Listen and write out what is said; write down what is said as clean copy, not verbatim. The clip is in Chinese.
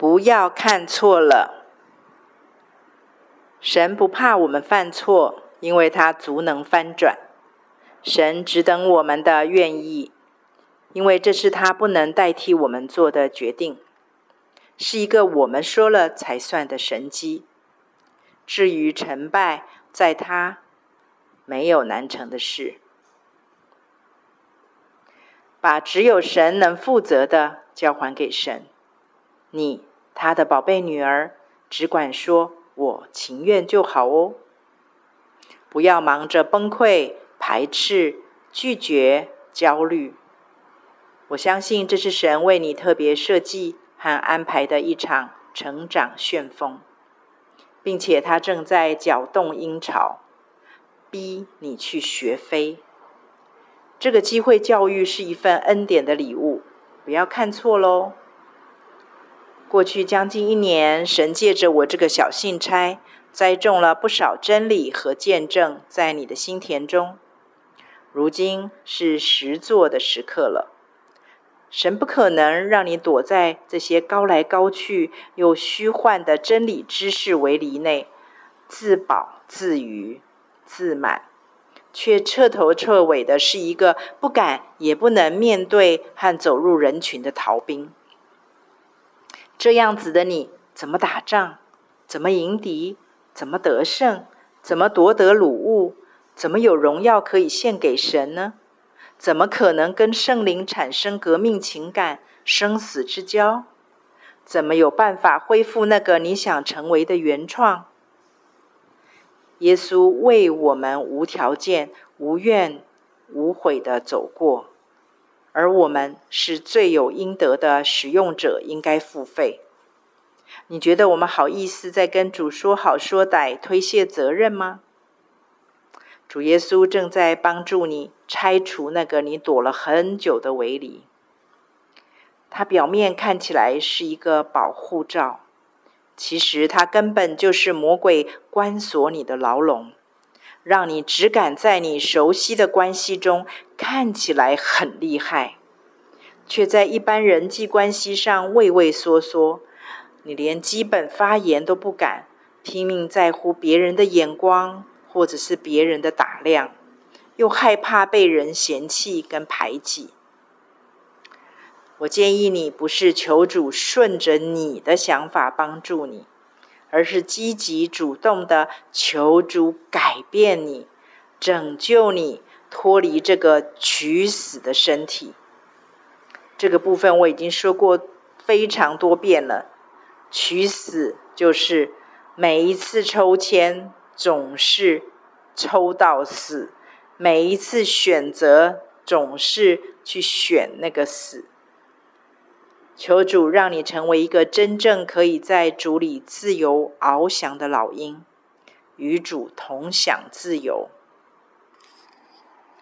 不要看错了。神不怕我们犯错，因为他足能翻转。神只等我们的愿意，因为这是他不能代替我们做的决定，是一个我们说了才算的神迹。至于成败，在他没有难成的事。把只有神能负责的交还给神。你，他的宝贝女儿，只管说我情愿就好哦。不要忙着崩溃、排斥、拒绝、焦虑。我相信这是神为你特别设计和安排的一场成长旋风，并且他正在搅动鹰巢，逼你去学飞。这个机会教育是一份恩典的礼物，不要看错咯。过去将近1年，神借着我这个小信差，栽种了不少真理和见证在你的心田中。如今是实作的时刻了。神不可能让你躲在这些高来高去又虚幻的真理知识围篱内，自保、自娱、自满，却彻头彻尾的是一个不敢也不能面对和走入人群的逃兵。这样子的你，怎么打仗？怎么迎敌？怎么得胜？怎么夺得掳物？怎么有荣耀可以献给神呢？怎么可能跟圣灵产生革命情感、生死之交？怎么有办法恢复那个你想成为的原创？耶稣为我们无条件、无怨无悔地走过，而我们是罪有应得的使用者，应该付费。你觉得我们好意思再跟主说好说歹，推卸责任吗？主耶稣正在帮助你拆除那个你躲了很久的围篱。它表面看起来是一个保护罩，其实它根本就是魔鬼关锁你的牢笼，让你只敢在你熟悉的关系中看起来很厉害，却在一般人际关系上畏畏缩缩。你连基本发言都不敢，拼命在乎别人的眼光，或者是别人的打量，又害怕被人嫌弃跟排挤。我建议你不是求主顺着你的想法帮助你，而是积极主动的求主改变你，拯救你，脱离这个取死的身体。这个部分我已经说过非常多遍了。取死就是每一次抽签总是抽到死，每一次选择总是去选那个死。求主让你成为一个真正可以在主里自由翱翔的老鹰，与主同享自由。